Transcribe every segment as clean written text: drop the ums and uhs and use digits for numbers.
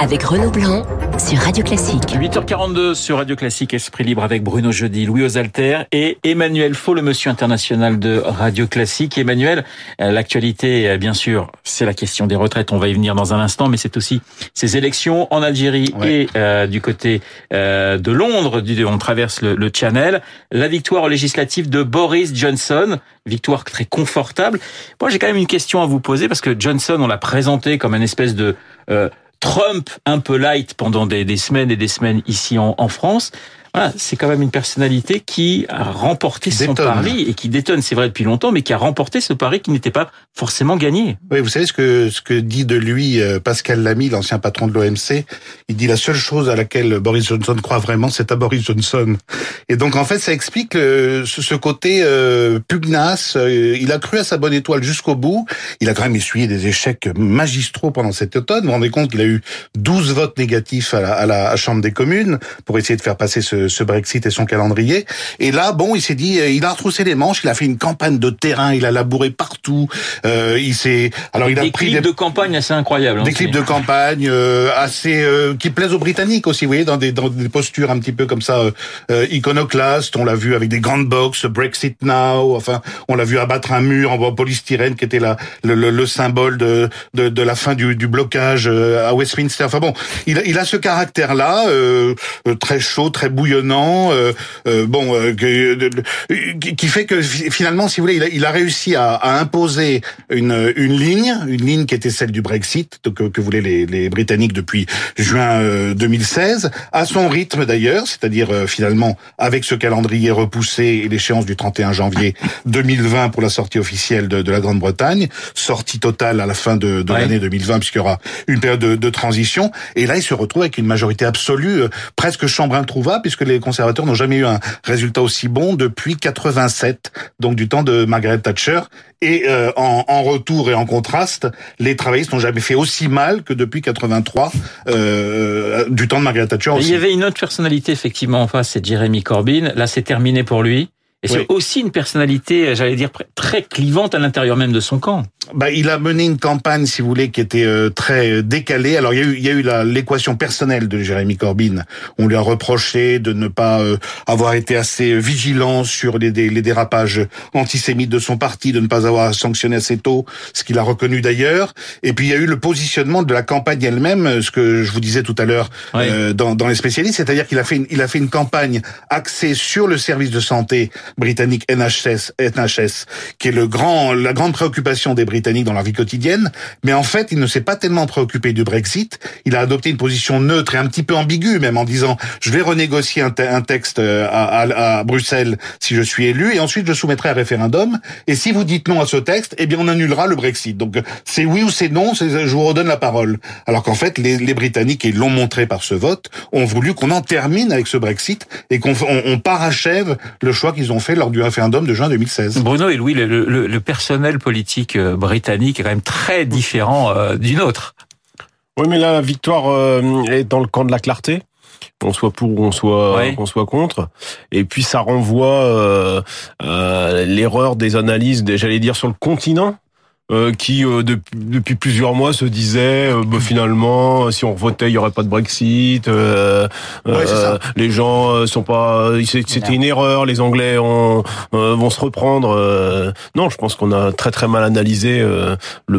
avec Renaud Blanc sur Radio Classique. 8h42 sur Radio Classique, Esprit Libre avec Bruno Jeudi, Louis aux Alters et Emmanuel Faux, le monsieur international de Radio Classique. Emmanuel, l'actualité, bien sûr, c'est la question des retraites, on va y venir dans un instant, mais c'est aussi ces élections en Algérie et du côté de Londres, on traverse le Channel. La victoire aux législatives de Boris Johnson, victoire très confortable. Moi, j'ai quand même une question à vous poser, parce que Johnson, on l'a présenté comme une espèce de Trump un peu light pendant des semaines et des semaines ici en France. Voilà, c'est quand même une personnalité qui a remporté son pari et qui détonne, c'est vrai depuis longtemps, mais qui a remporté ce pari qui n'était pas forcément gagné. Oui, vous savez ce que dit de lui Pascal Lamy, l'ancien patron de l'OMC. Il dit la seule chose à laquelle Boris Johnson croit vraiment, c'est à Boris Johnson. Et donc en fait, ça explique ce côté pugnace. Il a cru à sa bonne étoile jusqu'au bout. Il a quand même essuyé des échecs magistraux pendant cet automne. Vous vous rendez compte qu'il a eu 12 votes négatifs à la Chambre des communes pour essayer de faire passer ce Brexit et son calendrier. Et là, bon, il s'est dit, il a retroussé les manches, il a fait une campagne de terrain, il a labouré partout. Il a des clips de campagne assez incroyables. Des clips de campagne assez qui plaisent aux Britanniques aussi, vous voyez, dans des postures un petit peu comme ça iconoclastes. On l'a vu avec des grandes boxes, Brexit Now. Enfin, on l'a vu abattre un mur en polystyrène qui était le symbole de la fin du blocage à Westminster. Enfin bon, il a ce caractère-là, très chaud, très bouillonnant, qui fait que finalement, si vous voulez, il a réussi à imposer une ligne qui était celle du Brexit, que voulaient les Britanniques depuis juin 2016, à son rythme d'ailleurs, c'est-à-dire finalement avec ce calendrier repoussé et l'échéance du 31 janvier 2020 pour la sortie officielle de la Grande-Bretagne, sortie totale à la fin de l'année 2020 puisqu'il y aura une période de transition. Et là, il se retrouve avec une majorité absolue, presque chambre introuvable, puisque les conservateurs n'ont jamais eu un résultat aussi bon depuis 87, donc du temps de Margaret Thatcher. Et en retour et en contraste, les travaillistes n'ont jamais fait aussi mal que depuis 83, du temps de Margaret Thatcher aussi. Il y avait une autre personnalité effectivement en face, c'est Jeremy Corbyn. Là, c'est terminé pour lui. Et c'est aussi une personnalité, j'allais dire, très clivante à l'intérieur même de son camp. Il a mené une campagne, si vous voulez, qui était très décalée. Alors, il y a eu l'équation personnelle de Jeremy Corbyn. On lui a reproché de ne pas avoir été assez vigilant sur les dérapages antisémites de son parti, de ne pas avoir sanctionné assez tôt, ce qu'il a reconnu d'ailleurs. Et puis, il y a eu le positionnement de la campagne elle-même, ce que je vous disais tout à l'heure dans les spécialistes, c'est-à-dire qu'il a fait une campagne axée sur le service de santé britannique NHS, qui est la grande préoccupation des Britanniques dans leur vie quotidienne, mais en fait, il ne s'est pas tellement préoccupé du Brexit. Il a adopté une position neutre et un petit peu ambiguë, même en disant « je vais renégocier un texte à Bruxelles si je suis élu, et ensuite je soumettrai un référendum, et si vous dites non à ce texte, eh bien on annulera le Brexit. » Donc c'est oui ou c'est non, je vous redonne la parole. Alors qu'en fait, les Britanniques, et ils l'ont montré par ce vote, ont voulu qu'on en termine avec ce Brexit et qu'on parachève le choix qu'ils ont fait lors du référendum de juin 2016. Bruno et Louis, le personnel politique britannique est quand même très différent du nôtre. Oui, mais là, la victoire est dans le camp de la clarté. On soit pour ou on soit contre. Et puis ça renvoie l'erreur des analyses, j'allais dire, sur le continent. Qui depuis plusieurs mois se disait finalement si on votait il y aurait pas de Brexit, les gens sont pas, c'était une erreur, les Anglais vont se reprendre. Non, je pense qu'on a très très mal analysé le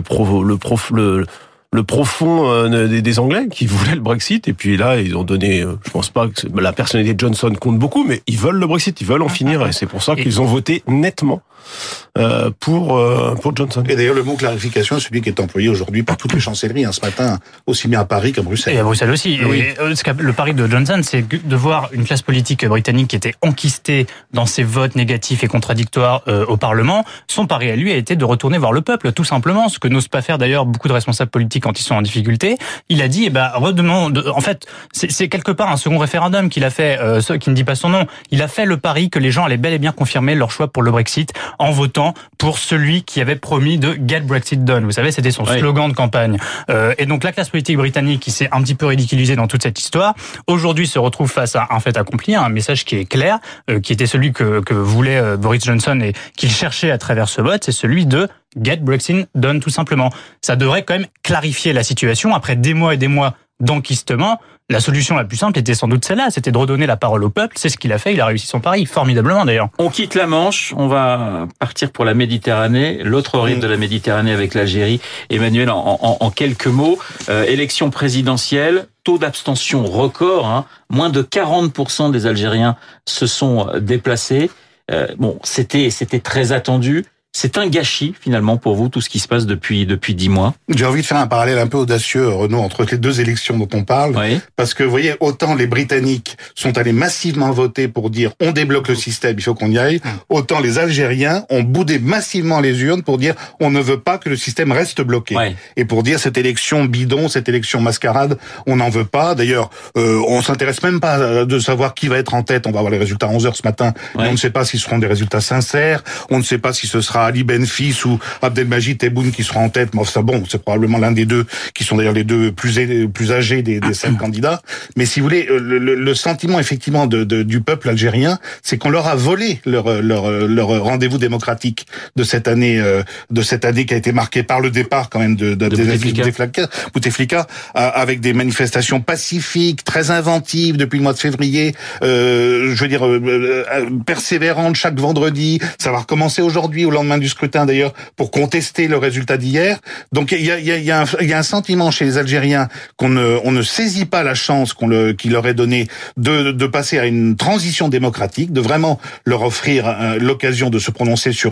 profond des Anglais qui voulaient le Brexit, et puis là ils ont donné, je pense pas que la personnalité de Johnson compte beaucoup, mais ils veulent le Brexit, ils veulent en finir, et c'est pour ça qu'ils ont voté nettement pour Johnson. Et d'ailleurs le mot clarification est celui qui est employé aujourd'hui par toutes les chancelleries ce matin, aussi bien à Paris qu'à Bruxelles. Et à Bruxelles aussi. Oui. Et le pari de Johnson, c'est de voir une classe politique britannique qui était enquistée dans ses votes négatifs et contradictoires au Parlement. Son pari à lui a été de retourner voir le peuple, tout simplement, ce que n'osent pas faire d'ailleurs beaucoup de responsables politiques quand ils sont en difficulté. Il a dit, en fait, c'est quelque part un second référendum qu'il a fait, qui ne dit pas son nom. Il a fait le pari que les gens allaient bel et bien confirmer leur choix pour le Brexit en votant pour celui qui avait promis de Get Brexit Done. Vous savez, c'était son slogan de campagne. Et donc la classe politique britannique qui s'est un petit peu ridiculisée dans toute cette histoire, aujourd'hui se retrouve face à un fait accompli, un message qui est clair, qui était celui que voulait Boris Johnson et qu'il cherchait à travers ce vote, c'est celui de Get Brexit Done, tout simplement. Ça devrait quand même clarifier la situation après des mois et des mois d'enquistement, la solution la plus simple était sans doute celle-là, c'était de redonner la parole au peuple. C'est ce qu'il a fait, il a réussi son pari, formidablement d'ailleurs. On quitte la Manche, on va partir pour la Méditerranée, l'autre rive de la Méditerranée avec l'Algérie. Emmanuel, en quelques mots, élection présidentielle, taux d'abstention record, moins de 40% des Algériens se sont déplacés. C'était très attendu. C'est un gâchis, finalement, pour vous, tout ce qui se passe depuis 10 mois. J'ai envie de faire un parallèle un peu audacieux, Renaud, entre les deux élections dont on parle. Oui. Parce que, vous voyez, autant les Britanniques sont allés massivement voter pour dire on débloque le système, il faut qu'on y aille, autant les Algériens ont boudé massivement les urnes pour dire on ne veut pas que le système reste bloqué. Ouais. Et pour dire cette élection bidon, cette élection mascarade, on n'en veut pas. D'ailleurs, on s'intéresse même pas de savoir qui va être en tête. On va avoir les résultats à 11h ce matin. Ouais. Mais on ne sait pas si ce seront des résultats sincères. On ne sait pas si ce sera Ali Benfis ou Abdelmajid Tebboune qui sera en tête. Mais ça, c'est probablement l'un des deux, qui sont d'ailleurs les deux plus âgés des 5 candidats. Mais si vous voulez, le sentiment effectivement du peuple algérien, c'est qu'on leur a volé leur rendez-vous démocratique de cette année qui a été marquée par le départ quand même de Bouteflika, avec des manifestations pacifiques, très inventives depuis le mois de février, persévérantes chaque vendredi. Ça va recommencer aujourd'hui, au lendemain du scrutin d'ailleurs, pour contester le résultat d'hier. Donc il y a un sentiment chez les Algériens on ne saisit pas la chance qu'il leur est donnée de passer à une transition démocratique, de vraiment leur offrir l'occasion de se prononcer sur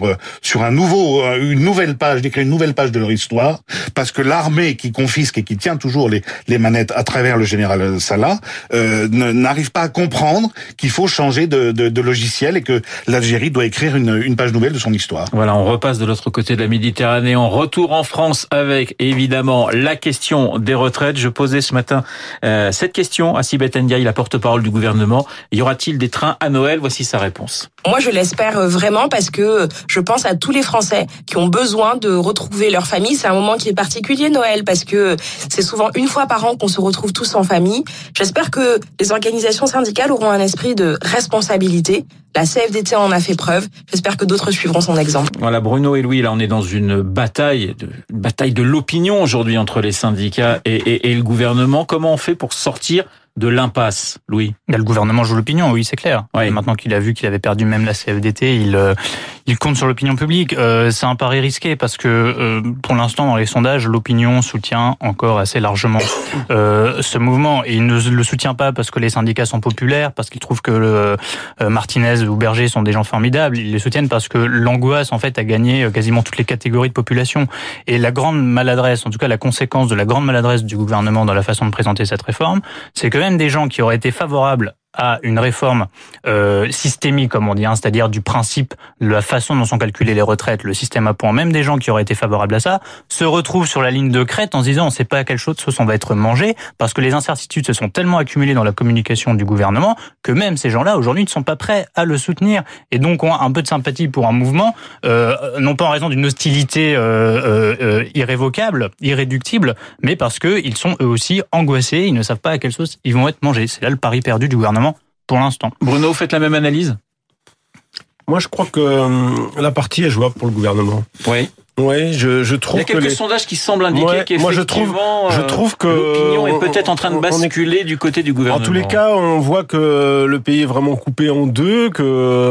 une nouvelle page, d'écrire une nouvelle page de leur histoire, parce que l'armée qui confisque et qui tient toujours les manettes à travers le général Salah n'arrive pas à comprendre qu'il faut changer de logiciel et que l'Algérie doit écrire une page nouvelle de son histoire. Voilà, on repasse de l'autre côté de la Méditerranée, on retourne en France avec évidemment la question des retraites. Je posais ce matin cette question à Sibeth Ndiaye, la porte-parole du gouvernement. Y aura-t-il des trains à Noël? Voici sa réponse. Moi, je l'espère vraiment parce que je pense à tous les Français qui ont besoin de retrouver leur famille. C'est un moment qui est particulier, Noël, parce que c'est souvent une fois par an qu'on se retrouve tous en famille. J'espère que les organisations syndicales auront un esprit de responsabilité. La CFDT en a fait preuve. J'espère que d'autres suivront son exemple. Voilà, Bruno et Louis, là, on est dans une bataille de l'opinion aujourd'hui entre les syndicats et le gouvernement. Comment on fait pour sortir de l'impasse, Louis? Le gouvernement joue l'opinion, oui, c'est clair. Oui. Maintenant qu'il a vu qu'il avait perdu même la CFDT, il compte sur l'opinion publique. C'est un pari risqué parce que pour l'instant, dans les sondages, l'opinion soutient encore assez largement ce mouvement. Et il ne le soutient pas parce que les syndicats sont populaires, parce qu'ils trouvent que Martinez ou Berger sont des gens formidables. Ils les soutiennent parce que l'angoisse, en fait, a gagné quasiment toutes les catégories de population. Et la grande maladresse, en tout cas la conséquence de la grande maladresse du gouvernement dans la façon de présenter cette réforme, c'est que même des gens qui auraient été favorables à une réforme systémique, comme on dit, c'est-à-dire du principe, de la façon dont sont calculées les retraites, le système à points, même des gens qui auraient été favorables à ça, se retrouvent sur la ligne de crête en se disant on ne sait pas à quelle sauce on va être mangé, parce que les incertitudes se sont tellement accumulées dans la communication du gouvernement que même ces gens-là, aujourd'hui, ne sont pas prêts à le soutenir, et donc ont un peu de sympathie pour un mouvement, non pas en raison d'une hostilité irrévocable, irréductible, mais parce qu'ils sont eux aussi angoissés, ils ne savent pas à quelle sauce ils vont être mangés. C'est là le pari perdu du gouvernement pour l'instant. Bruno, vous faites la même analyse? Moi, je crois que la partie est jouable pour le gouvernement. Oui. Ouais, je trouve que il y a quelques sondages qui semblent indiquer qu'effectivement, je trouve que l'opinion est peut-être en train de basculer du côté du gouvernement. En tous les cas, on voit que le pays est vraiment coupé en deux, que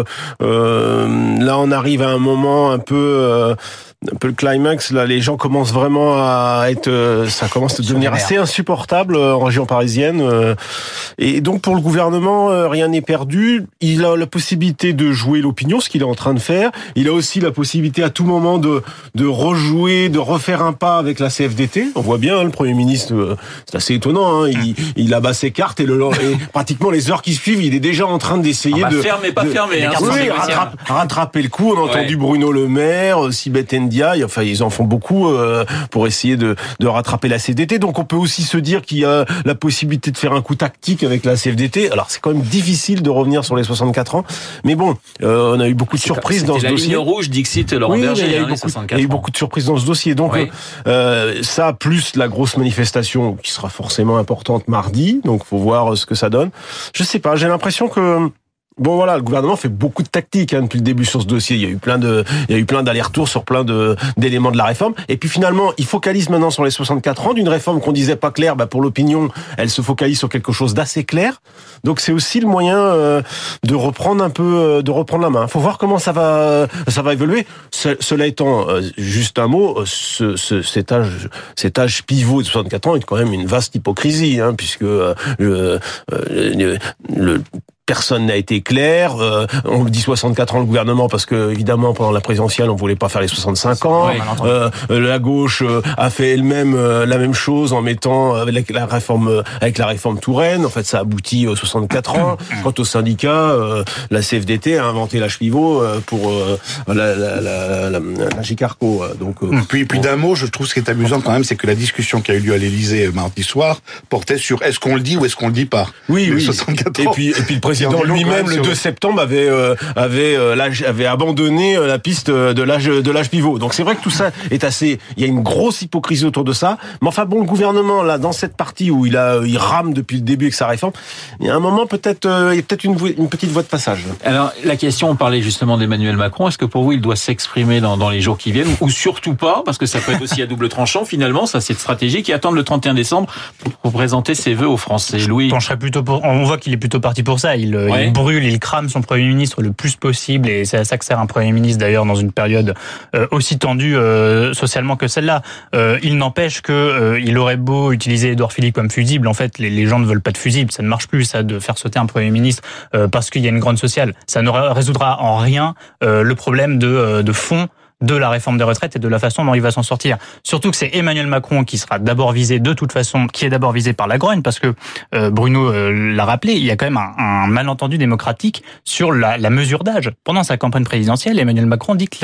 là on arrive à un moment un peu le climax, là, les gens commencent vraiment à être, ça commence à devenir assez insupportable en région parisienne. Et donc pour le gouvernement, rien n'est perdu. Il a la possibilité de jouer l'opinion, ce qu'il est en train de faire. Il a aussi la possibilité à tout moment de rejouer, de refaire un pas avec la CFDT. On voit bien, le Premier ministre, c'est assez étonnant. Il abat ses cartes et pratiquement les heures qui suivent, il est déjà en train d'essayer fermer, pas fermer. Oui, rattraper le coup. On a entendu Bruno Le Maire, Sibeth Ndiaye. Enfin, ils en font beaucoup pour essayer de rattraper la CFDT. Donc, on peut aussi se dire qu'il y a la possibilité de faire un coup tactique avec la CFDT. Alors, c'est quand même difficile de revenir sur les 64 ans. Mais bon, on a eu beaucoup de surprises dans ce dossier. La ligne rouge, Dixit, Laurent Berger, il y a eu beaucoup de surprises dans ce dossier. Donc, ça, plus la grosse manifestation qui sera forcément importante mardi. Donc, faut voir ce que ça donne. Je sais pas, j'ai l'impression que Bon voilà, le gouvernement fait beaucoup de tactique depuis le début sur ce dossier. Il y a eu plein d'allers-retours sur plein d'éléments de la réforme. Et puis finalement, il focalise maintenant sur les 64 ans d'une réforme qu'on disait pas claire. Pour l'opinion, elle se focalise sur quelque chose d'assez clair. Donc c'est aussi le moyen de reprendre la main. Faut voir comment ça va évoluer. Cela étant, juste un mot, cet âge pivot de 64 ans est quand même une vaste hypocrisie, puisque personne n'a été clair. On dit 64 ans le gouvernement parce que évidemment pendant la présidentielle on voulait pas faire les 65 ans. La gauche a fait elle-même la même chose en mettant avec la réforme Touraine. En fait, ça aboutit aux 64 ans. Quant aux syndicats, la CFDT a inventé l'âge pivot pour la Gicarco. Donc puis d'un mot, je trouve ce qui est amusant quand même, c'est que la discussion qui a eu lieu à l'Élysée mardi soir portait sur est-ce qu'on le dit ou est-ce qu'on le dit pas. Oui. 64 ans. Et puis le président lui-même le 2 septembre avait abandonné la piste de l'âge pivot. Donc c'est vrai que tout ça est il y a une grosse hypocrisie autour de ça. Mais enfin bon, le gouvernement là dans cette partie où il rame depuis le début avec sa réforme, il y a un moment il y a peut-être une petite voie de passage. Alors la question, on parlait justement d'Emmanuel Macron. Est-ce que pour vous il doit s'exprimer dans les jours qui viennent ou surtout pas, parce que ça peut être aussi à double tranchant finalement, ça c'est stratégique, et attendre le 31 décembre pour présenter ses vœux aux Français. Louis, on voit qu'il est plutôt parti pour ça. Il brûle, il crame son Premier ministre le plus possible, et c'est à ça que sert un Premier ministre d'ailleurs dans une période aussi tendue socialement que celle-là. Il n'empêche que il aurait beau utiliser Édouard Philippe comme fusible, en fait les gens ne veulent pas de fusible, ça ne marche plus ça de faire sauter un Premier ministre parce qu'il y a une grogne sociale. Ça ne résoudra en rien le problème de fond de la réforme des retraites et de la façon dont il va s'en sortir. Surtout que c'est Emmanuel Macron qui sera d'abord visé de toute façon, qui est d'abord visé par la grogne, parce que Bruno l'a rappelé, il y a quand même un malentendu démocratique sur la mesure d'âge. Pendant sa campagne présidentielle, Emmanuel Macron dit que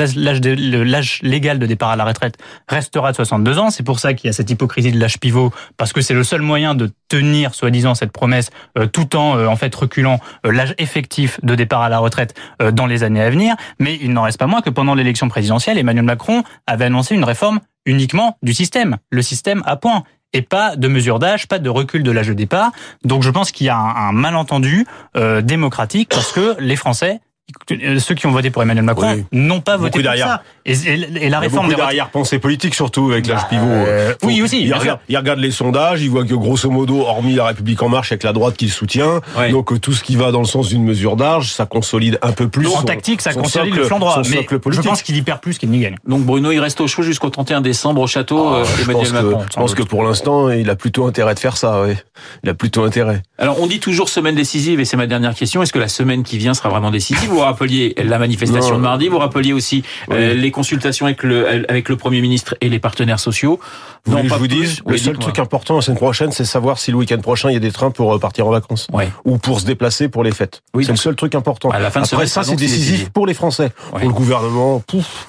l'âge légal de départ à la retraite restera de 62 ans. C'est pour ça qu'il y a cette hypocrisie de l'âge pivot, parce que c'est le seul moyen de tenir, soi-disant, cette promesse, tout en fait reculant l'âge effectif de départ à la retraite dans les années à venir. Mais il n'en reste pas moins que pendant l'élection présidentielle, Emmanuel Macron avait annoncé une réforme uniquement du système, le système à point, et pas de mesure d'âge, pas de recul de l'âge de départ. Donc je pense qu'il y a un malentendu démocratique, parce que les Français, ceux qui ont voté pour Emmanuel Macron, n'ont pas voté pour ça. Et la réforme des arrière-pensée politique surtout avec l'âge pivot. Oui aussi. Il regarde les sondages, il voit que grosso modo, hormis la République en marche avec la droite qui le soutient, donc tout ce qui va dans le sens d'une mesure d'âge, ça consolide un peu plus. En tactique, ça consolide le flanc droit. Mais je pense qu'il y perd plus qu'il n'y gagne. Donc Bruno, il reste au chaud jusqu'au 31 décembre au château Emmanuel Macron. Je pense que pour l'instant, il a plutôt intérêt de faire ça. Oui. Il a plutôt intérêt. Alors on dit toujours semaine décisive, et c'est ma dernière question. Est-ce que la semaine qui vient sera vraiment décisive? Vous rappeliez la manifestation de mardi, vous rappeliez aussi les consultations avec le Premier ministre et les partenaires sociaux. Je vous dis, le seul truc important la semaine prochaine, c'est savoir si le week-end prochain, il y a des trains pour partir en vacances. Ou pour se déplacer pour les fêtes. Oui, c'est le seul truc important. À la fin de après ça, c'est décisif pour les Français. Pour le gouvernement,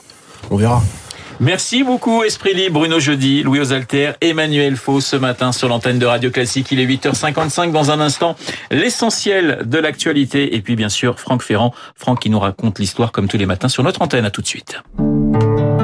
on verra. Merci beaucoup, Esprit Libre, Bruno Jeudi, Louis Osalter, Emmanuel Faux, ce matin sur l'antenne de Radio Classique. Il est 8h55. Dans un instant, l'essentiel de l'actualité. Et puis, bien sûr, Franck Ferrand. Franck qui nous raconte l'histoire comme tous les matins sur notre antenne. À tout de suite.